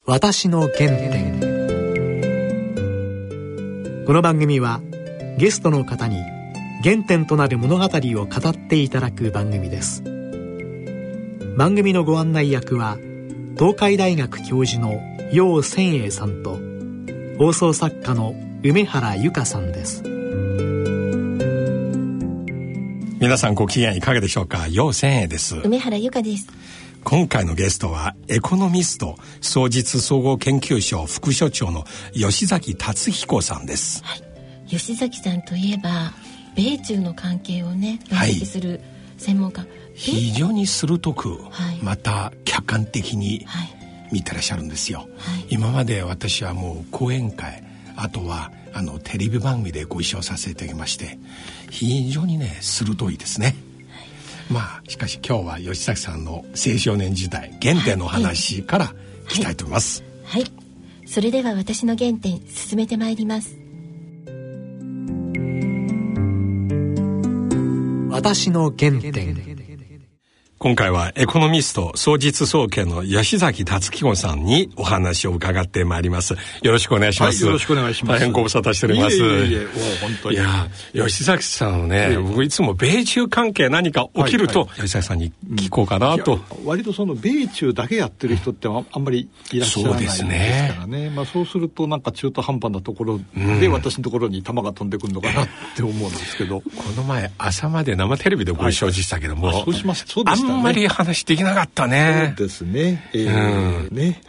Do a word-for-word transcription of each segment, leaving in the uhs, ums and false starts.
私の原点。この番組はゲストの方に原点となる物語を語っていただく番組です。番組のご案内役は東海大学教授の楊千栄さんと放送作家の梅原由香さんです。 皆さんご機嫌いかがでしょうか。楊千栄です。 梅原由香です。 今回のゲストはエコノミスト双日総合研究所副所長の吉崎達彦さんです、 はい、吉崎さんといえば米中の関係をね分析する専門家、はい、 非常に鋭く、はい、また客観的に見てらっしゃるんですよ、はい、今まで私はもう講演会、あとはあのテレビ番組でご一緒させていただきまして、非常にね鋭いですね。まあしかし今日は吉崎さんの青少年時代原点の話から聞きたいと思います。 はい、はいはい、それでは私の原点進めてまいります。 私の原点。 今回はエコノミスト双日総研の吉崎達彦さんにお話を伺ってまいります。よろしくお願いします。 はい、よろしくお願いします。 大変ご無沙汰しております。 いえいえいえ、本当に。 いや、吉崎さんね、ええ、僕いつも米中関係何か起きると、はいはい、吉崎さんに聞こうかなと、 うん、割とその米中だけやってる人ってあんまりいらっしゃらないですからね。ね、まあ、そうするとなんか中途半端なところで私のところに球が飛んでくるのかなって思うんですけど、 この前朝まで生テレビでご一緒したけども、 はい、そうします。そうでしたね。 あんまり話できなかったね。 そうですね。えー、うん、ね。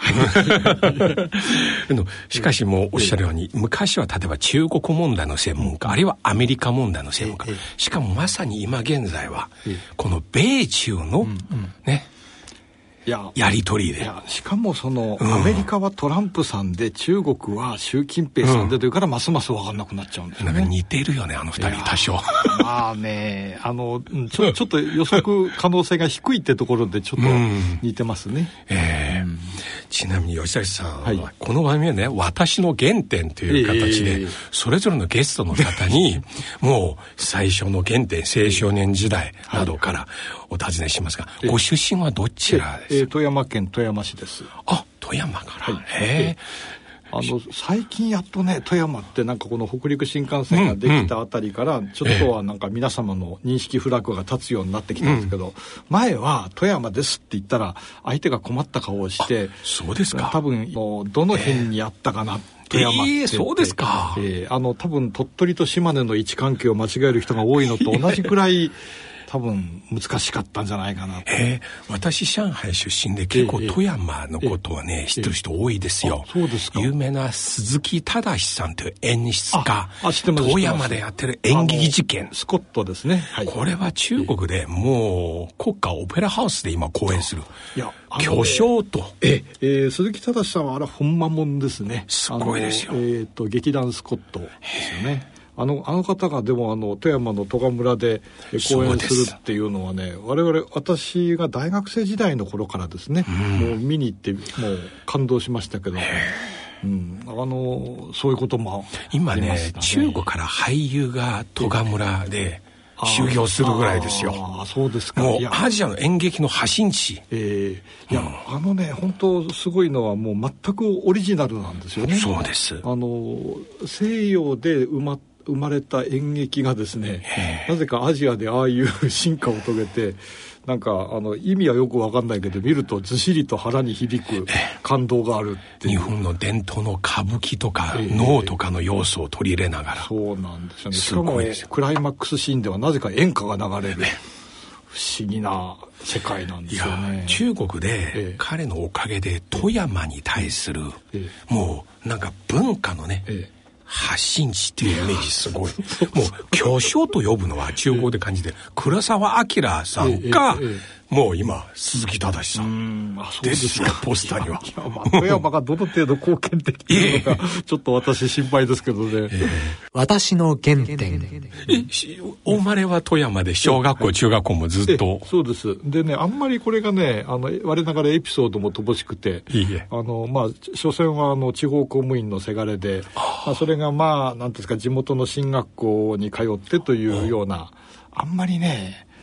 しかしもうおっしゃるように、昔は例えば中国問題の専門家、あるいはアメリカ問題の専門家、しかもまさに今現在はこの米中のね、いや、やり取りで、いや、 しかもその、うん、アメリカはトランプさんで中国は習近平さんでというから、ますます分かんなくなっちゃうんですよね。 なんか似てるよね、あの二人多少。 まあね、あのちょちょっと予測可能性が低いってところでちょっと似てますね、 うん、えーうん、ちなみに吉崎さん、はい、この番組はね、私の原点という形で、えー、それぞれのゲストの方にもう最初の原点、青少年時代などからお尋ねしますが、えー、ご出身はどちらですか？ えー、富山県富山市です。 あ、富山から、はい、へー。 あの最近やっとね、富山ってなんかこの北陸新幹線ができたあたりから、ちょっとはなんか皆様の認識フラグが立つようになってきたんですけど、うん、前は富山ですって言ったら相手が困った顔をして、 そうですか。 多分もうどの辺にあったかな、えー富山って、 えー、そうですか、 えー、あの多分鳥取と島根の位置関係を間違える人が多いのと同じくらい多分難しかったんじゃないかなと。 えー、私上海出身で結構富山のことはね、えー、知ってる人多いですよ。 そうですか。 有名な鈴木忠さんという演出家、 ああ知ってます、 富山でやってる演劇事件、 スコットですね、はい、 これは中国でもう国家オペラハウスで今公演する、 いや巨匠と、 ええー、鈴木忠さんはあれ本間もんですね。 すごいですよ。 えー、と劇団スコットですよね。あのあの方がでもあの富山の戸賀村で講演するっていうのはね、我々私が大学生時代の頃からですね、うん、もう見に行ってもう感動しましたけど、うん、あのそういうこともありましたね。 今ね、中国から俳優が戸賀村で修行するぐらいですよ。 ああ、そうですか。 もうアジアの演劇の発信地。 えー、いや、うん、あのね、本当すごいのはもう全くオリジナルなんですよね。 そうです。 あの西洋で生ま生まれた演劇がですね、なぜかアジアでああいう進化を遂げて、なんかあの意味はよく分かんないけど見るとずしりと腹に響く感動があるっていう。 日本の伝統の歌舞伎とか能とかの要素を取り入れながら、 そうなんですよね。しかもクライマックスシーンではなぜか演歌が流れる不思議な世界なんですよね。 いや、中国で彼のおかげで富山に対するもうなんか文化のね、ええ発信地っていうイメージすごい。もう巨匠と呼ぶのは中国で感じて、黒澤明さんが、もう今鈴木忠さんですよ、ポスターには。 いや、まあ、富山がどの程度貢献的なのかちょっと私心配ですけどね、えー、 私の原点。 えお生まれは富山で小学校中学校もずっと。 そうです。でね、あんまりこれがね、あの我ながらエピソードも乏しくて、 いいえ、 あのまあ所詮はあの地方公務員のせがれで、まあ、それがまあなんですか、地元の進学校に通ってというような、あんまりね、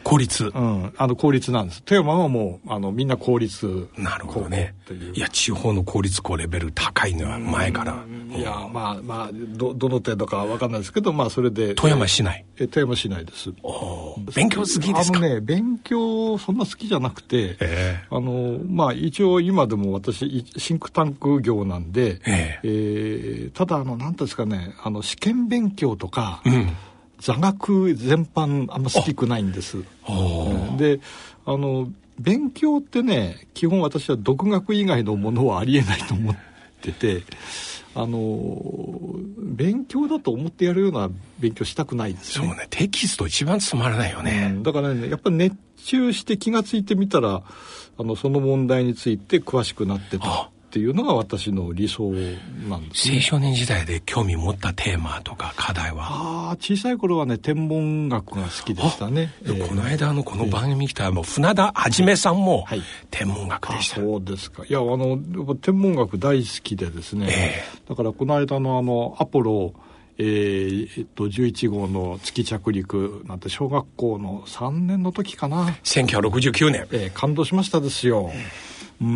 公立、 うん、あの公立なんです。富山はもうあのみんな公立。 なるほどね。いや地方の公立校レベル高いのは前から。 いやまあまあ ど, どの程度かは分かんないですけど、まあそれで富山市内。 え富山市内です。 お勉強好きですか？ あのね勉強そんな好きじゃなくて、えー、あのまあ一応今でも私シンクタンク業なんで、えーえー、ただあのなんていうんですかね、あの試験勉強とか。うん、座学全般あんま好きくないんです。で、あの勉強ってね、基本私は独学以外のものはありえないと思ってて、あの勉強だと思ってやるような勉強したくないですね。 そうね、テキスト一番つまらないよね。 うん、だからね、やっぱり熱中して気がついてみたら、あのその問題について詳しくなってた。っていうのが私の理想なんです、ね、 青少年時代で興味持ったテーマとか課題は？ ああ、小さい頃はね天文学が好きでしたね。 えー、この間のこの番組来た、えー、もう船田はじめさんも天文学でした。 はい、そうですか。いやあの天文学大好きでですね、えー、だからこの間のあのアポロえーえっと、じゅういち号の月着陸なんて小学校のさんねんの時かな、 せんきゅうひゃくろくじゅうきゅうねん、 えー、感動しましたですよ。うん、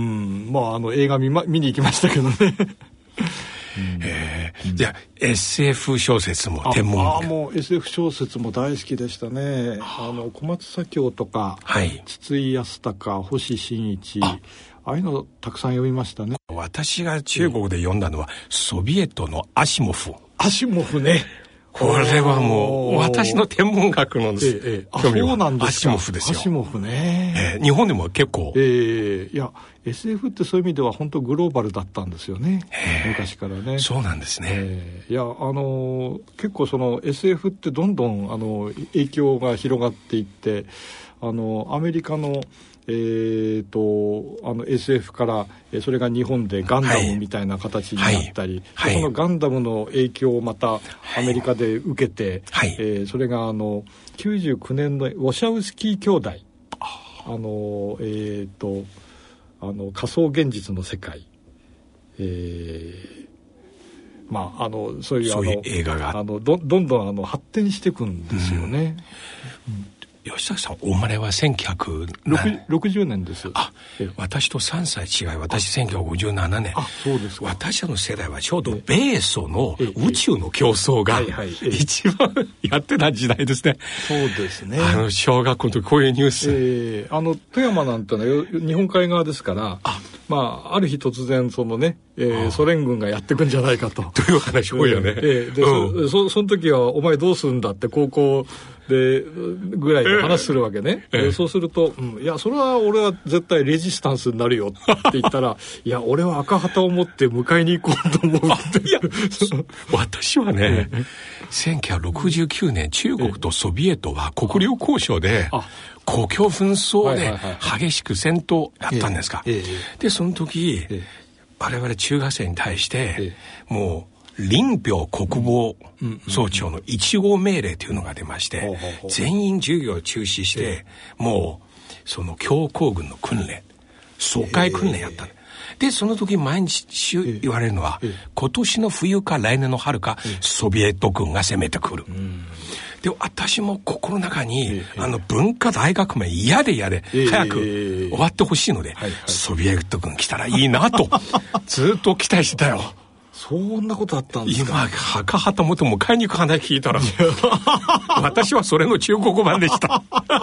まああの映画 見,、ま、見に行きましたけどね。うん、 えー、じゃあ エスエフ 小説も天文学。 ああ、もう エスエフ 小説も大好きでしたね。あの小松左京とか、はい、筒井康隆、星新一、ああいうのたくさん読みましたね。 私が中国で読んだのは、ソビエトのアシモフ。 アシモフね。 これはもう私の天文学のです、ええ、 あ、そうなんですか。 アシモフですよ。 アシモフね、 えー、日本でも結構、 えー、いや エスエフ ってそういう意味では本当グローバルだったんですよね、昔からね。 そうなんですね、 えー、いやあのー、結構その エスエフ ってどんどんあの影響が広がっていって、あのアメリカのえー、とあの エスエフ からそれが日本でガンダムみたいな形になったり、はいはい、そのガンダムの影響をまたアメリカで受けて、はいえー、それがあのきゅうじゅうきゅうねんのウォシャウスキー兄弟、あの、えー、とあの仮想現実の世界、えーまあ、あのそういうあのそういう映画があの ど, どんどんあの発展していくんですよね。 うんうん吉崎さんお生まれはせんきゅうひゃくろくじゅうねんです。 あ、私とさんさい違い。私せんきゅうひゃくごじゅうななねん。 あ、そうですか。 私の世代はちょうど米ソの宇宙の競争が一番やってた時代ですね。 そうですね。 あの小学校の時こういうニュース、 えー、あの富山なんてのは日本海側ですから、あ、まあある日突然そのね、えー、ソ連軍がやってくんじゃないかとという話多いよね。 えー、で、うん、そ, その時はお前どうするんだって高校でぐらいで話するわけね、えー、そうすると、うん、いやそれは俺は絶対レジスタンスになるよって言ったらいや俺は赤旗を持って迎えに行こうと思うっていや私はねせんきゅうひゃくろくじゅうきゅうねん中国とソビエトは国領交渉で国境紛争で激しく戦闘やったんですか、えーえー、でその時、えー、我々中学生に対して、えー、もう林彪国防総長のいち号命令というのが出まして、全員授業を中止して、もうその強行軍の訓練、疎開訓練やった。で、その時毎日言われるのは、今年の冬か来年の春かソビエト軍が攻めてくる。で、私も心の中に、あの文化大革命嫌で嫌で早く終わってほしいので、ソビエト軍来たらいいなとずっと期待してたよ。 そんなことあったんですか。 今赤旗持って迎えに行く話聞いたら私はそれの中国版でした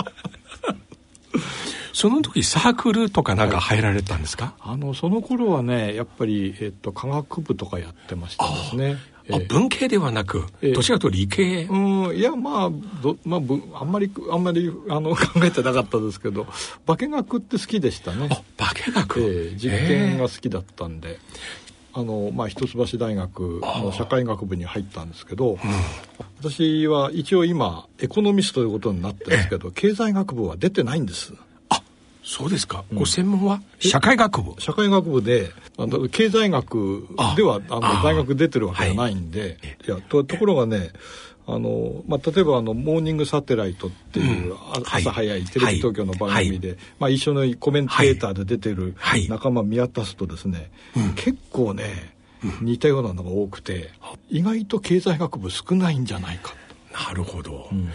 その時サークルとかなんか入られたんですか。 はい、あのその頃はねやっぱり、えっと、科学部とかやってましたですね。 あ、文系ではなく、えー、どちらかと理系。 うん、いやまあど、まあ、あんまりあんまりあの考えてなかったですけど化学って好きでしたね。 あ、化学、 えー、実験が好きだったんで、えーあのまあ、一橋大学の社会学部に入ったんですけど、うん、私は一応今エコノミストということになってるんですけど経済学部は出てないんです。 あ、そうですか、うん、ご専門は社会学部。 社会学部であの経済学ではあの大学出てるわけじゃないんで、はい、いや と, ところがねあのまあ、例えばあのモーニングサテライトっていう、うん、朝早いテレビ東京の番組で、はいまあ、一緒のコメンテーターで出てる仲間見渡すとですね、はい、結構ね、うん、似たようなのが多くて意外と経済学部少ないんじゃないか。 なるほど、うん、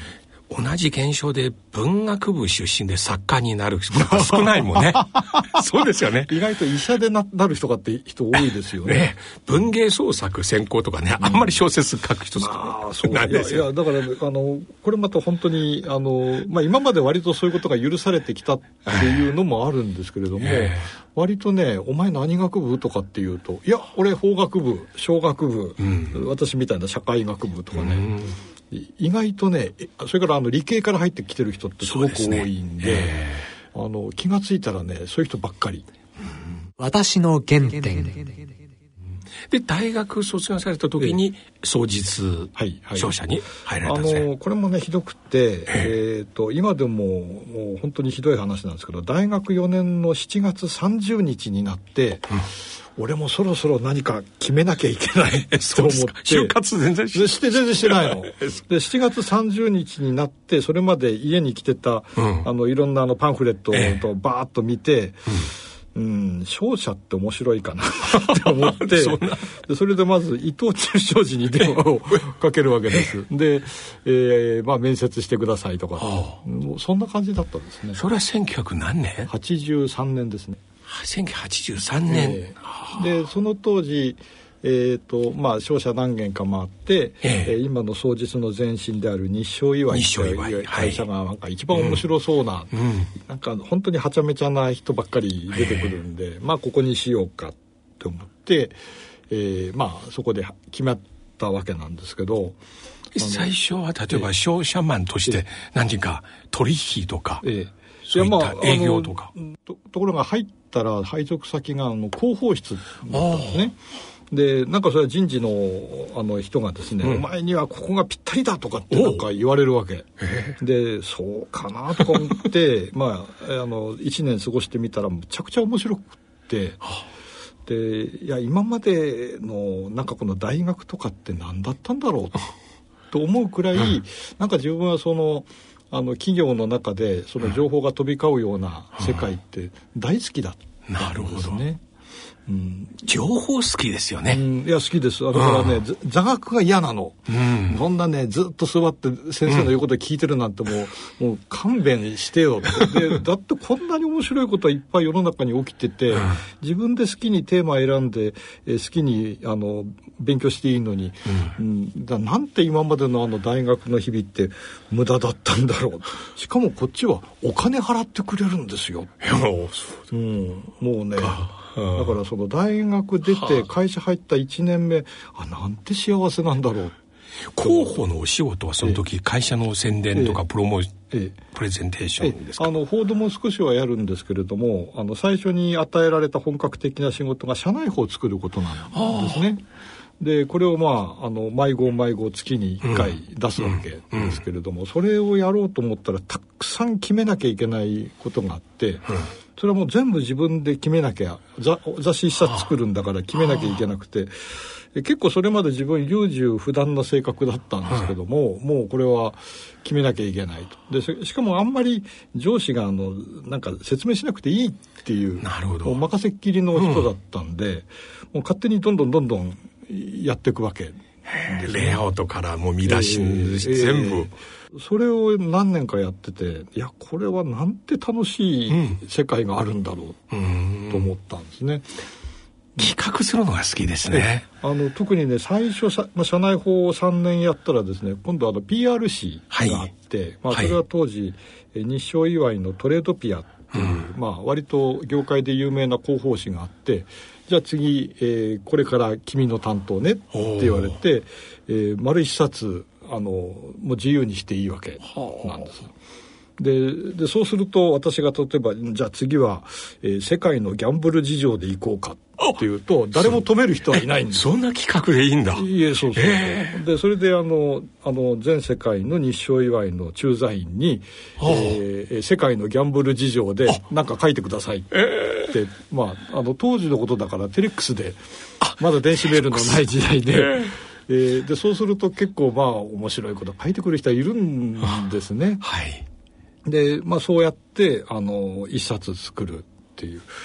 同じ現象で文学部出身で作家になる人が少ないもんね。そうですよね。 意外と医者で な, なる人がって人多いですよね。 ね、文芸創作専攻とかね、うん、あんまり小説書く人少ないですよ。 いやいやだからあのこれまた本当にあの、まあ、今まで割とそういうことが許されてきたっていうのもあるんですけれども、えー、割とねお前何学部とかっていうと、いや俺法学部小学部、うん、私みたいな社会学部とかね、うん意外とね、それからあの理系から入ってきてる人ってすごく多いん で, で、ねえー、あの気がついたらねそういう人ばっかり、うん、 私の原点で大学卒業された時に双日商社に入られたんですね、 あのこれもねひどくて、えー、と今でももう本当にひどい話なんですけど、大学よねんのしちがつさんじゅうにちになって、うん、俺もそろそろ何か決めなきゃいけないと思って就活全然しして全然してないのでしちがつさんじゅうにちになって、それまで家に来てた、うん、あのいろんなあのパンフレットをバーッと見て、えーうん、商社って面白いかなって思ってそ, でそれでまず伊藤忠商事に電話をかけるわけですで、えーまあ、面接してくださいとか、もうそんな感じだったんですね。 それはせんきゅうひゃく何年 ? はちじゅうさんねんですね。 せんきゅうひゃくはちじゅうさんねん、 えー、でその当時えーとまあ、商社何軒か回って、えー、今の双日の前身である日商祝いという会社がなんか一番面白そうな、はいうん、なんか本当にはちゃめちゃな人ばっかり出てくるんで、えー、まあここにしようかと思って、えー、まあそこで決まったわけなんですけど、 最初は例えば商社マンとして何か取引とか、えー、そういった営業とか、 と, ところが入ったら配属先があの広報室だったんですね。でなんかそれは人事 の, あの人がですね、うん、お前にはここがぴったりだとかってなんか言われるわけで、そうかなとか思ってまああのいちねん過ごしてみたらむちゃくちゃ面白くってでいや今までのなんかこの大学とかって何だったんだろうと思うくらい、うん、なんか自分はそのあの企業の中でその情報が飛び交うような世界って大好きだったんですね。 うん、情報好きですよね、 うん、いや好きです。だからね、うん、座学が嫌なの、うん、そんなねずっと座って先生の言うこと聞いてるなんてもう、うん、もう勘弁してよってでだってこんなに面白いことはいっぱい世の中に起きてて、うん、自分で好きにテーマ選んで、え好きにあの勉強していいのに、うんうん、だなんて今までのあの大学の日々って無駄だったんだろう。しかもこっちはお金払ってくれるんですよ。 いやもうそう、 うん、もうねだからその大学出て会社入ったいちねんめ、あなんて幸せなんだろう。 広報のお仕事はその時会社の宣伝とかプロモ、ええ、プレゼンテーションですか。 あの報道も少しはやるんですけれども、あの最初に与えられた本格的な仕事が社内報を作ることなんですね。でこれをまああの毎号毎号月にいっかい出すわけですけれども、うんうん、それをやろうと思ったらたくさん決めなきゃいけないことがあって、うん、それはもう全部自分で決めなきゃ、雑誌一冊作るんだから決めなきゃいけなくて、結構それまで自分優柔不断な性格だったんですけども、うん、もうこれは決めなきゃいけないと。でしかもあんまり上司があのなんか説明しなくていいっていう、 なるほど、 もう任せっきりの人だったんで、うん、もう勝手にどんどんどんどんやっていくわけ、 レイアウトからもう見出し、えー、全部、えー、それを何年かやってて、いやこれはなんて楽しい世界があるんだろうと思ったんですね。うん、 企画するのが好きですね。 あの特にね最初さ、まあ、社内報をさんねんやったらですね、今度あの ピーアール 誌があって、はい、まあ、それは当時、はい、日商祝いのトレードピアっていう、うん、まあ、割と業界で有名な広報誌があって、じゃあ次、えー、これから君の担当ねって言われて、えー、丸一冊あのもう自由にしていいわけなんです。で, でそうすると私が例えばじゃあ次は、えー、世界のギャンブル事情で行こうかっていうと誰も止める人はいないんです。 そんな企画でいいんだ。 いえそうそう、えー、でそれであのあの全世界の日商祝いの駐在員に、えー、世界のギャンブル事情で何か書いてくださいって、えー、まあ、あの当時のことだからテレックスでまだ電子メールのない時代で、えーえー、でそうすると結構まあ面白いこと書いてくる人はいるんですね。 はい。 で、まあ、そうやってあの一冊作るっていう、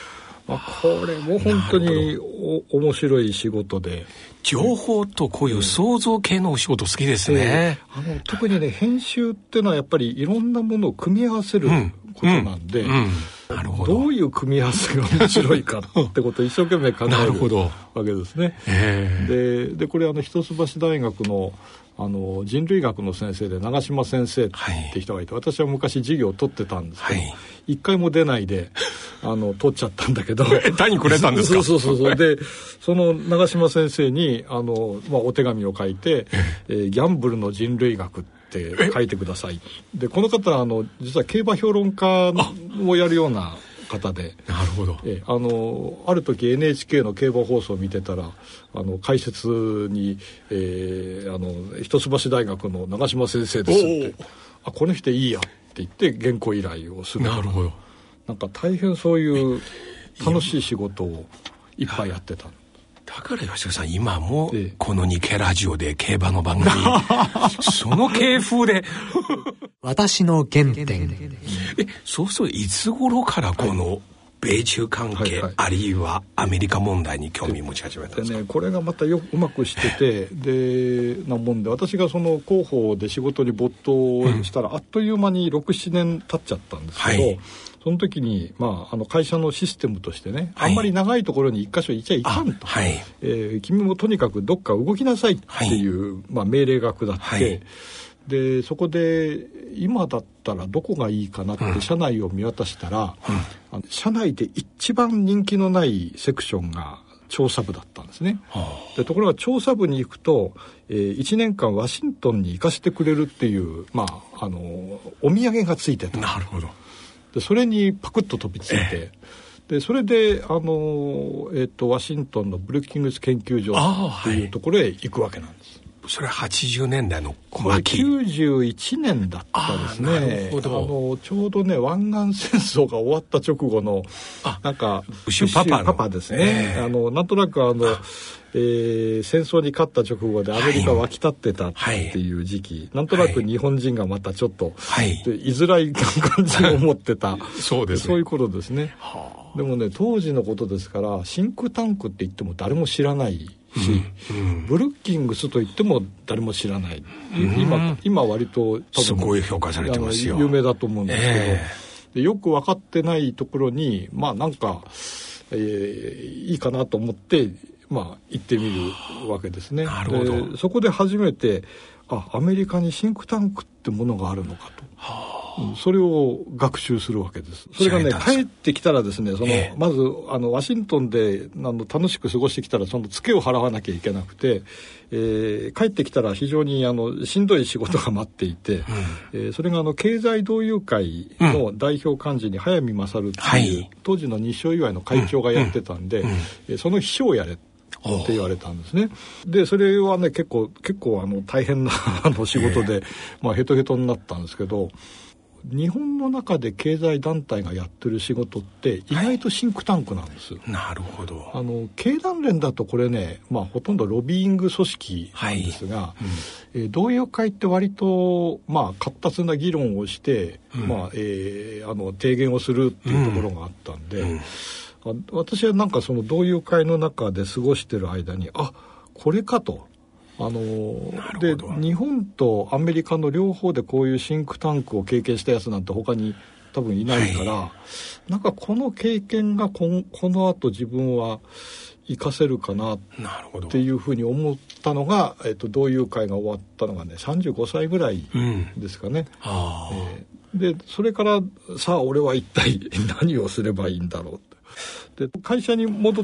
まあ、これも本当にお面白い仕事で、 情報とこういう創造系のお仕事好きですね、 えー、あの特にね編集っていうのはやっぱりいろんなものを組み合わせることなんで、うんうんうん、なるほど、どういう組み合わせが面白いかってことを一生懸命考えるわけですね。で, でこれあの一橋大学のあの人類学の先生で長嶋先生って人がいて、はい、私は昔授業を取ってたんですけど、はい、一回も出ないであの取っちゃったんだけど単にくれたんですか？ そうそうそうそうでその長嶋先生にあの、まあ、お手紙を書いて、えー、ギャンブルの人類学って書いてください。でこの方はあの実は競馬評論家をやるような方で、 なるほど、 えあのある時 エヌエイチケー の競馬放送を見てたらあの解説に、えー、あの一橋大学の長嶋先生ですってあこの人いいやって言って原稿依頼をする。 なるほど、 なんか大変そういう楽しい仕事をいっぱいやってた。 だから吉田さん今もこの日経ラジオで競馬の番組その系風で私の原点。 えそうそういつ頃からこの米中関係、はいはい、あるいはアメリカ問題に興味持ち始めたんですか？ で、ね、これがまたよくうまくしててでなもんで私がその広報で仕事に没頭したら、うん、あっという間にろく、ななねん経っちゃったんですけど、はい、その時に、まあ、あの会社のシステムとしてね、はい、あんまり長いところに一箇所いちゃいかんと、はいえー、君もとにかくどっか動きなさいっていう、はいまあ、命令が下って、はいでそこで今だったらどこがいいかなって社内を見渡したら、うん、あの社内で一番人気のないセクションが調査部だったんですね、はあ、でところが調査部に行くと、えー、いちねんかんワシントンに行かせてくれるっていう、まあ、あのお土産がついてた。 なるほど。 でそれにパクッと飛びついて、えー、でそれであの、えー、とワシントンのブルッキングス研究所っていうところへ行くわけなんです。 それははちじゅうねんだいのこれきゅうじゅういちねんだったですね。なるほど。あのちょうどね湾岸戦争が終わった直後のなんかブッシュパパのパパですね、えー、あのなんとなくあのあ、えー、戦争に勝った直後でアメリカ湧き立ってたっていう時期、はい、なんとなく日本人がまたちょっと、はい、で居づらい感じを持ってたそうですね、 そういう頃ですね、はあ、でもね当時のことですからシンクタンクって言っても誰も知らないし、うんうん、ブルッキングスと言っても誰も知らない、うん、今, 今割と多分すごい評価されてますよ。 有名だと思うんですけど、えー、でよく分かってないところにまあなんか、えー、いいかなと思ってまあ行ってみるわけですね。 なるほど。 でそこで初めてあアメリカにシンクタンクってものがあるのかと、はあ、それを学習するわけです。それがね帰ってきたらですねその、えー、まずあのワシントンであの楽しく過ごしてきたらそのツケを払わなきゃいけなくて、えー、帰ってきたら非常にあのしんどい仕事が待っていて、うんえー、それがあの経済同友会の代表幹事に早見勝っていう、はい、当時の日商祝いの会長がやってたんで、うんうんうん、その秘書をやれって言われたんですね。でそれはね結構結構あの大変なあの仕事で、まあ、ヘトヘトになったんですけど日本の中で経済団体がやってる仕事って意外とシンクタンクなんです、はい、 なるほど。 あの経団連だとこれね、まあ、ほとんどロビーイング組織なんですが、はいうんえー、同友会って割と、まあ、活発な議論をして、うんまあえー、あの提言をするっていうところがあったんで、うんうん私はなんかその同友会の中で過ごしてる間にあこれかとあので日本とアメリカの両方でこういうシンクタンクを経験したやつなんて他に多分いないから、はい、なんかこの経験がこの、この後自分は活かせるかなっていうふうに思ったのが、えっと、同友会が終わったのがねさんじゅうごさいぐらいですかね、うんあえー、でそれからさあ俺は一体何をすればいいんだろうで会社に戻って、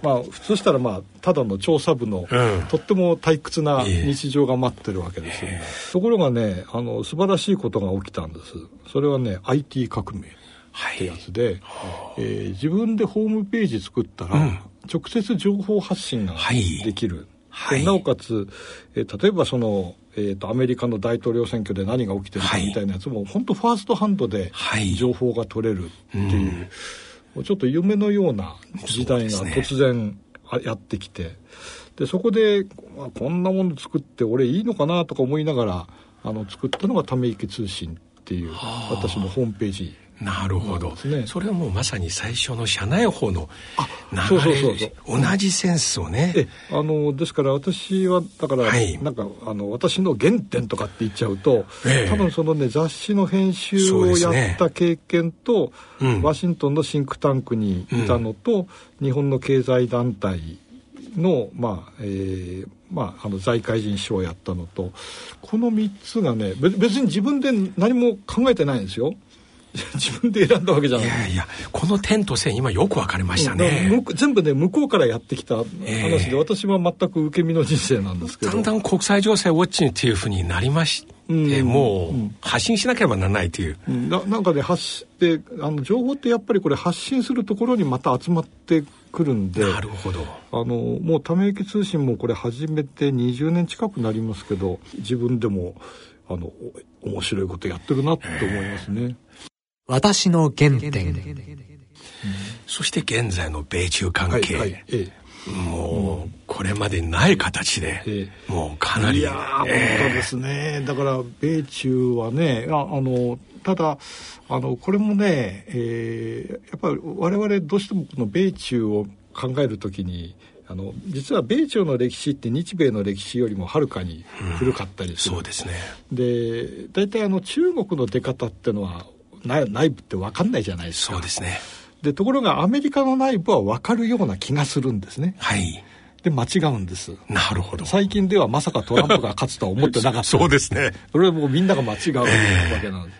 まあ、そしたら、まあ、ただの調査部の、うん、とっても退屈な日常が待ってるわけですよ、えー、ところがねあの素晴らしいことが起きたんです。それはね アイティー 革命ってやつで、はいえー、自分でホームページ作ったら、うん、直接情報発信ができる、はい、でなおかつ、えー、例えばそのえー、とアメリカの大統領選挙で何が起きてるかみたいなやつも、はい、本当ファーストハンドで情報が取れるっていう、はいうんちょっと夢のような時代が突然やってきて そ, で、ね、でそこで、まあ、こんなもの作って俺いいのかなとか思いながらあの作ったのがため池通信っていう私のホームページなるほど、 ね、 それはもうまさに最初の社内法の流れ、 そうそうそうそう、 同じセンスをね。 えあのですから私はだから、はい、なんかあの私の原点とかって言っちゃうと、えー、多分そのね雑誌の編集をやった経験と、ね、うん、ワシントンのシンクタンクにいたのと、うん、日本の経済団体の、まあえーまあ、あの財界人賞をやったのと、このみっつがね、別に自分で何も考えてないんですよ。自分で選んだわけじゃない。 いやいや、この点と線今よく分かりましたね、 うん、全部ね向こうからやってきた話で、えー、私は全く受け身の人生なんですけど、 だんだん国際情勢ウォッチっていうふうになりまして、うん、もう発信しなければならないという、 うん、な, なんかね発であの情報ってやっぱりこれ発信するところにまた集まってくるんで、 なるほど、 あのもうため息通信もこれ始めてにじゅうねん近くなりますけど、自分でもあの面白いことやってるなって思いますね。 私の原点、うん、 そして現在の米中関係、はいはい、ええ、もうこれまでにない形で、ええ、もうかなり、 いやー、えー、本当ですね。だから米中はね、ああのただあのこれもね、えー、やっぱり我々どうしてもこの米中を考えるときに、あの実は米中の歴史って日米の歴史よりもはるかに古かったりする、 うん、そうですね。 で大体あの中国の出方ってのは内部って分かんないじゃないですか。 そうですね。 でところがアメリカの内部は分かるような気がするんですね。 はい。 で間違うんです。 なるほど。 最近ではまさかトランプが勝つとは思ってなかったそうですね。 それはもうみんなが間違うわけなんです、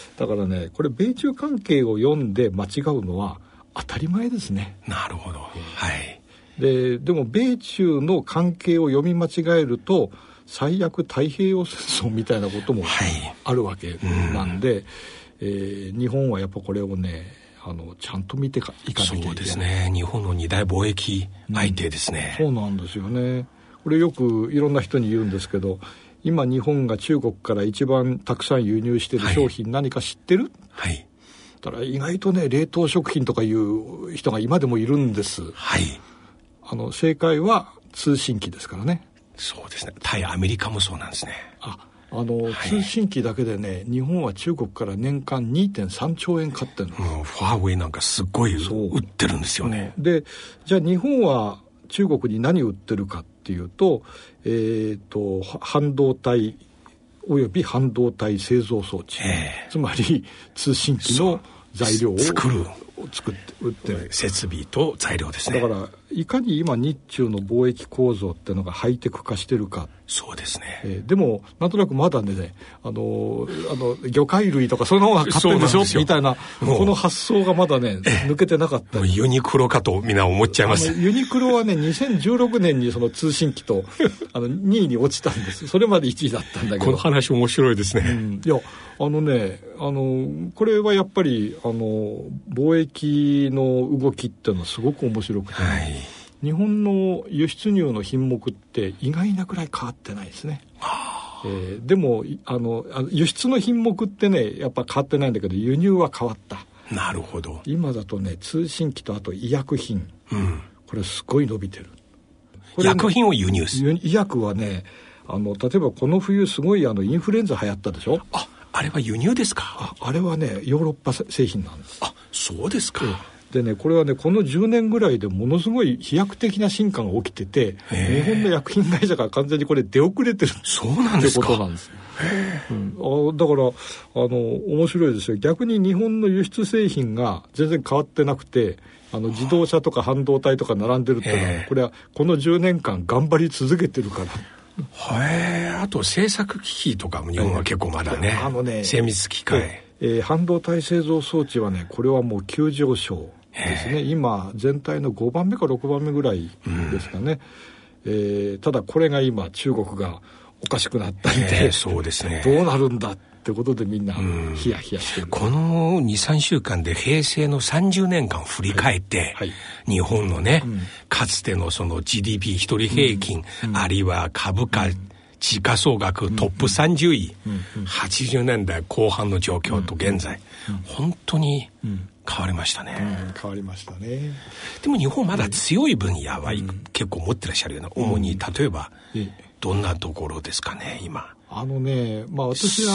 えー、だからねこれ米中関係を読んで間違うのは当たり前ですね。 なるほど、えー、はい。 ででも米中の関係を読み間違えると最悪太平洋戦争みたいなこともあるわけなんで、はい、えー、日本はやっぱこれをねあのちゃんと見ていかなきゃいけない。 そうですね。日本の二大貿易相手ですね、 うん、そうなんですよね。これよくいろんな人に言うんですけど、今日本が中国から一番たくさん輸入している商品何か知ってる？ はい。 だから意外とね冷凍食品とかいう人が今でもいるんです。 はい。 あの正解は通信機ですからね。 そうですね。対アメリカもそうなんですね。 ああの、はい、通信機だけでね日本は中国から年間 にてんさんちょうえん買ってるの、 うん、ファーウェイなんかすっごい売ってるんですよね、 うん、でじゃあ日本は中国に何売ってるかっていうと、えーと半導体および半導体製造装置、えー、つまり通信機の材料を作る作って売ってる設備と材料ですね。 だからいかに今日中の貿易構造ってのがハイテク化してるか。 そうですね、 えー、でもなんとなくまだねあのあの魚介類とかそういうのが買ってるんでしょみたいなこの発想がまだね抜けてなかったり。 ユニクロかとみんな思っちゃいます。 ユニクロはねにせんじゅうろくねんにその通信機とあのにいに落ちたんです。それまでいちいだったんだけど。 この話面白いですね、 うん、いやあのねあのこれはやっぱりあの貿易の動きっていうのはすごく面白くて、はい、日本の輸出入の品目って意外なくらい変わってないですね。えー、でもあの輸出の品目ってねやっぱ変わってないんだけど輸入は変わった。 なるほど。 今だとね通信機とあと医薬品、うん、これすごい伸びてる。 これ、ね、薬品を輸入する。 医薬はねあの例えばこの冬すごいあのインフルエンザ流行ったでしょ。 ああれは輸入ですか。 あ, あれはねヨーロッパ製品なんです。 あそうですか。 でねこれはねこのじゅうねんぐらいでものすごい飛躍的な進化が起きてて日本の薬品会社が完全にこれ出遅れてるそうなんですかってことなんです。うん、あだからあの面白いですよ。逆に日本の輸出製品が全然変わってなくてあの自動車とか半導体とか並んでるってのはこれはこのじゅうねんかん頑張り続けてるから。 へー。あと製作機器とかも日本は結構まだね、あのね精密機械、 えー、半導体製造装置はねこれはもう急上昇ですね。今全体のごばんめかろくばんめぐらいですかね、うん、えー、ただこれが今中国がおかしくなったんで、 そうですね、 どうなるんだってことでみんなヒヤヒヤしてる、うん、 この にさんしゅうかんで平成のさんじゅうねんかん振り返って、はいはい、日本のね、うん、かつてのその ジーディーピー 一人平均、うん、あるいは株価、うん、時価総額トップさんじゅうい、うんうん、はちじゅうねんだいこう半の状況と現在、うんうん、本当に変わりましたね、 うん、変わりましたね。 でも日本まだ強い分野は、うん、結構持ってらっしゃるような、うん、主に例えば、うん、どんなところですかね今。 あのねまあ私は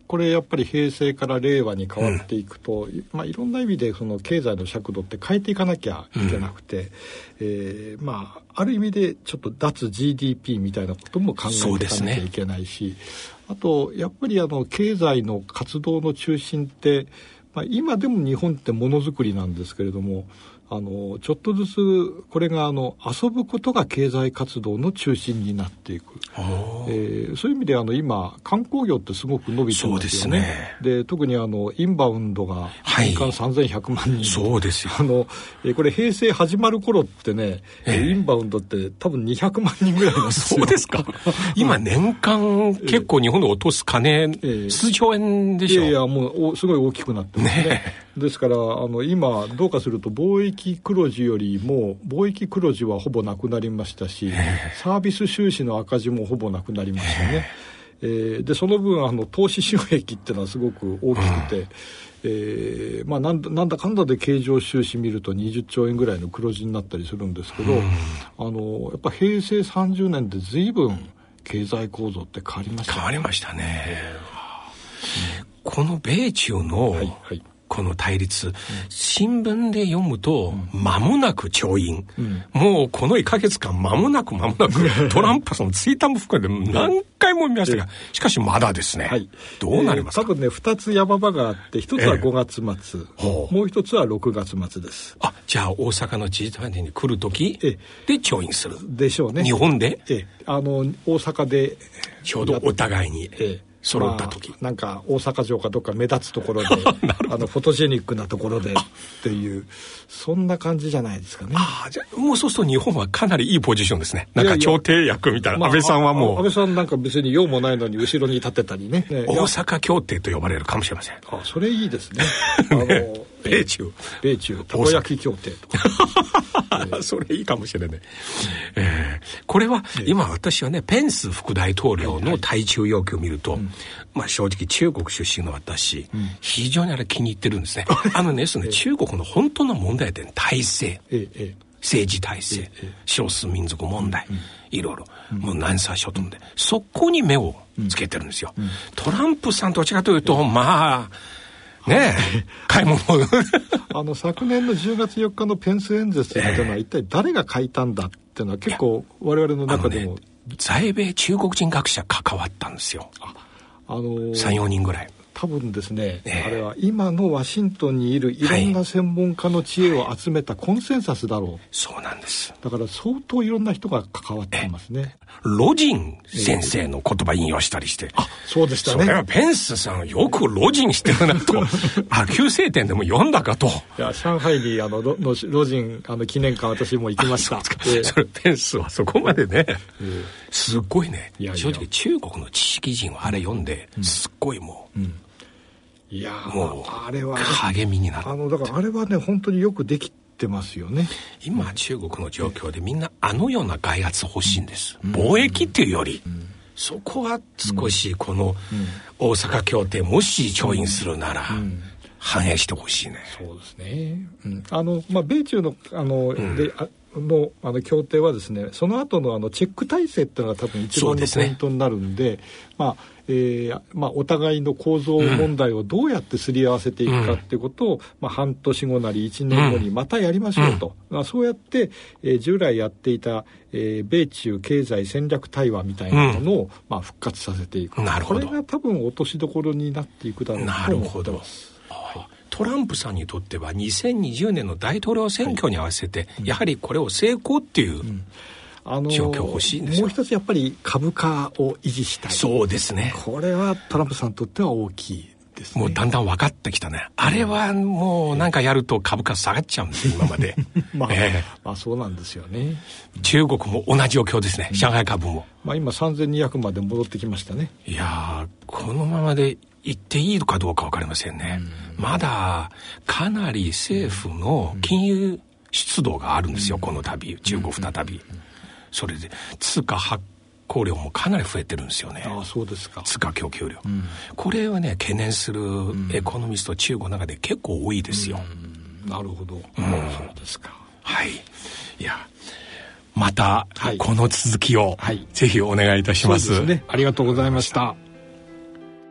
これやっぱり平成から令和に変わっていくと、うんまあ、いろんな意味でその経済の尺度って変えていかなきゃいけなくて、うんえーまあ、ある意味でちょっと脱 ジーディーピー みたいなことも考えていかなきゃいけないし、ね、あとやっぱりあの経済の活動の中心って、まあ、今でも日本ってものづくりなんですけれども、あのちょっとずつこれがあの遊ぶことが経済活動の中心になっていく、えー、そういう意味であの今観光業ってすごく伸びてますよね。そうですね。で特にあのインバウンドが年間さんぜんひゃくまんにん、はい、 そうですよ。 あの、えー、これ平成始まる頃ってね、えー、インバウンドって多分にひゃくまんにんぐらいなんですよ。 そうですか。今年間結構日本で落とす金、えー、数兆円でしょ。 いやいやもうすごい大きくなってますね。ねですからあの今どうかすると貿易黒字よりも貿易黒字はほぼなくなりましたし、サービス収支の赤字もほぼなくなりましたね。えー、でその分あの投資収益っていうのはすごく大きくて、うんえーまあ、なんだ、なんだかんだで経常収支見るとにじゅっちょうえんぐらいの黒字になったりするんですけど、うん、あのやっぱ平成さんじゅうねんで随分経済構造って変わりましたね。 変わりましたね。うん、この米中の、はいはいこの対立、うん、新聞で読むと、うん、間もなく調印、うん、もうこのいっかげつかん間もなく間もなくトランプさんのツイッターも含めて何回も見ましたが、しかしまだですね、はい、どうなりますか。 えー、多分ねふたつ山場があって、ひとつはごがつまつ、えー、もう一つはろくがつまつです。 あ、じゃあ大阪の知事会に来る時で調印するでしょうね。 日本で、 えー、あの大阪でちょうどお互いに、えー揃った時、 まあ、なんか大阪城かどっか目立つところであのフォトジェニックなところでっていうそんな感じじゃないですかね。 ああ、じゃあもうそうすると日本はかなりいいポジションですね。なんか調停役みたいな。いやいや、安倍さんはもう、まあ、 安倍さんなんか別に用もないのに後ろに立ってたりね。ね大阪協定と呼ばれるかもしれません。 あ、それいいですね。あのね米中米中たこ焼き協定とか、 えー、それいいかもしれない、えー、これは、えー、今私はねペンス副大統領の対中要求を見ると、はいはい、まあ、正直中国出身の私、うん、非常にあれ気に入ってるんですね。あのね、そのね、中国の本当の問題点、体制、えーえー、政治体制、えー、少数民族問題、うん、いろいろ、うん、もう南沙諸島で、うん、そこに目をつけてるんですよ、うん、トランプさんどちらかというと、うん、まあねえ買い物あの昨年のじゅうがつよっかのペンス演説というのは一体誰が書いたんだっていうのは結構我々の中でも、ね、 在米中国人学者関わったんですよ。あ、あのー、さん、よにんぐらい。 多分ですね、えー、あれは今のワシントンにいるいろんな専門家の知恵を集めたコンセンサスだろう、はいはい、 そうなんです。 だから相当いろんな人が関わっていますね。 ロジン先生の言葉引用したりして、えー、 あ、そうでしたね。 それはペンスさんよくロジンしてるなとあ、旧正点でも読んだかと。 いや、上海にあの ロ, のロジンあの記念館私も行きました。 そ, えー、それペンスはそこまでね、えー、すっごいね。いやいや、正直中国の知識人はあれ読んで、うん、すっごいもう、うん、 いやもうあれは、ね、励みになる。 あのだからあれはね本当によくできてますよね。 今中国の状況でみんなあのような外圧欲しいんです、うん、貿易っていうより、うん、そこは少しこの大阪協定もし調印するなら、うんうん、反映してほしいね。 そうですね、うん、あのまあ米中のあの、うん、であのあの協定はですね、その後のあのチェック体制っていうのが多分一番のポイントになるんで、で、まあえーまあ、お互いの構造問題をどうやってすり合わせていくかっていうことを、うんまあ、半年後なりいちねんごにまたやりましょうと、うんまあ、そうやって、えー、従来やっていた、えー、米中経済戦略対話みたいなものを、うんまあ、復活させていく。 なるほど。 これが多分落としどころになっていくだろうと思ってます。 トランプさんにとってはにせんにじゅうねんの大統領選挙に合わせて、はい、やはりこれを成功っていう、うんあのー、状況欲しいんですよ。 もう一つやっぱり株価を維持したい。 そうですね。 これはトランプさんにとっては大きいですね。 もうだんだん分かってきたね。あれはもうなんかやると株価下がっちゃうんですよ今までまあ、えー、まあそうなんですよね。 中国も同じ状況ですね、うん、上海株も、 まあ、今さんぜんにひゃくまで戻ってきましたね。 いやこのままで言っていいのかどうか分かりませんね、うん、まだかなり政府の金融出動があるんですよ、うん、この度中国再び、うん、それで通貨発行量もかなり増えてるんですよね。 ああ、そうですか。 通貨供給量、うん、これはね懸念するエコノミスト、うん、中国の中で結構多いですよ、 うん、なるほど、うん、そうですか。 はい。いやまた、はい、この続きを、はい、ぜひお願いいたします。 そうですね、ありがとうございました。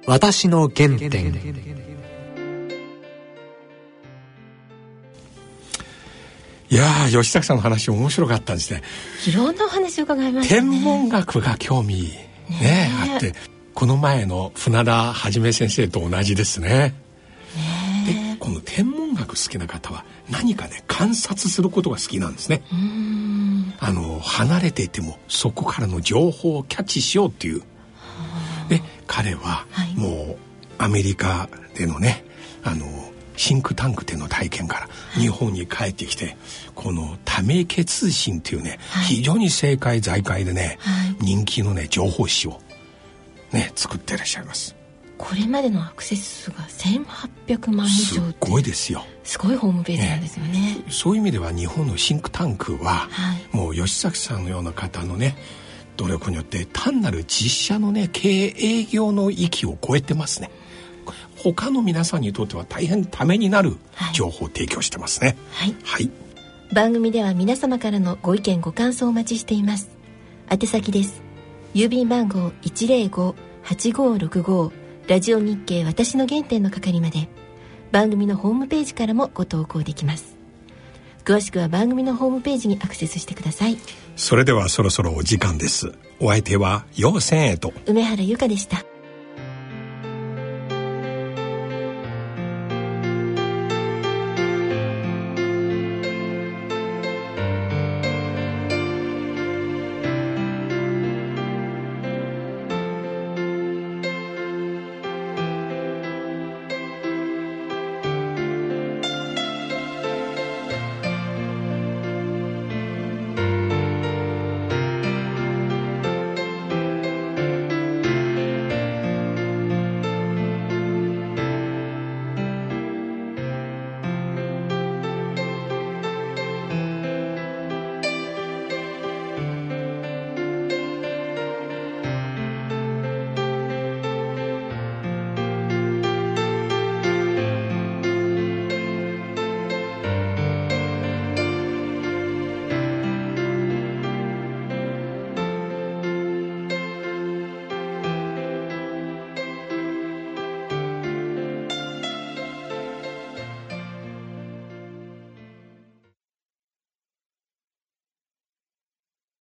私の原点。 いやー、吉崎さんの話面白かったですね。 いろんなお話を伺いましたね。 天文学が興味ねねあって、この前の船田はじめ先生と同じですね。ねでこの天文学好きな方は何かね観察することが好きなんですね。うーんあの離れていてもそこからの情報をキャッチしようっていう。で彼はもうアメリカでのねあのシンクタンクでの体験から日本に帰ってきて、はい、このため池通信っていうね、はい、非常に正解財界でね、はい、人気のね情報誌をね作っていらっしゃいます。 これまでのアクセス数がせんはっぴゃくまん以上ってすごいですよ。 すごいホームページなんですよね。ねそういう意味では日本のシンクタンクは、はい、もう吉崎さんのような方のね努力によって単なる実社のね経営営業の域を超えてますね。他の皆さんにとっては大変ためになる情報を提供してますね。 はい、 はい、 番組では皆様からのご意見ご感想をお待ちしています。宛先です。郵便番号 いちゼロご はちごろくご ラジオ日経私の原点の係まで。番組のホームページからもご投稿できます。詳しくは番組のホームページにアクセスしてください。 それではそろそろお時間です。お相手は陽千恵と梅原由香でした。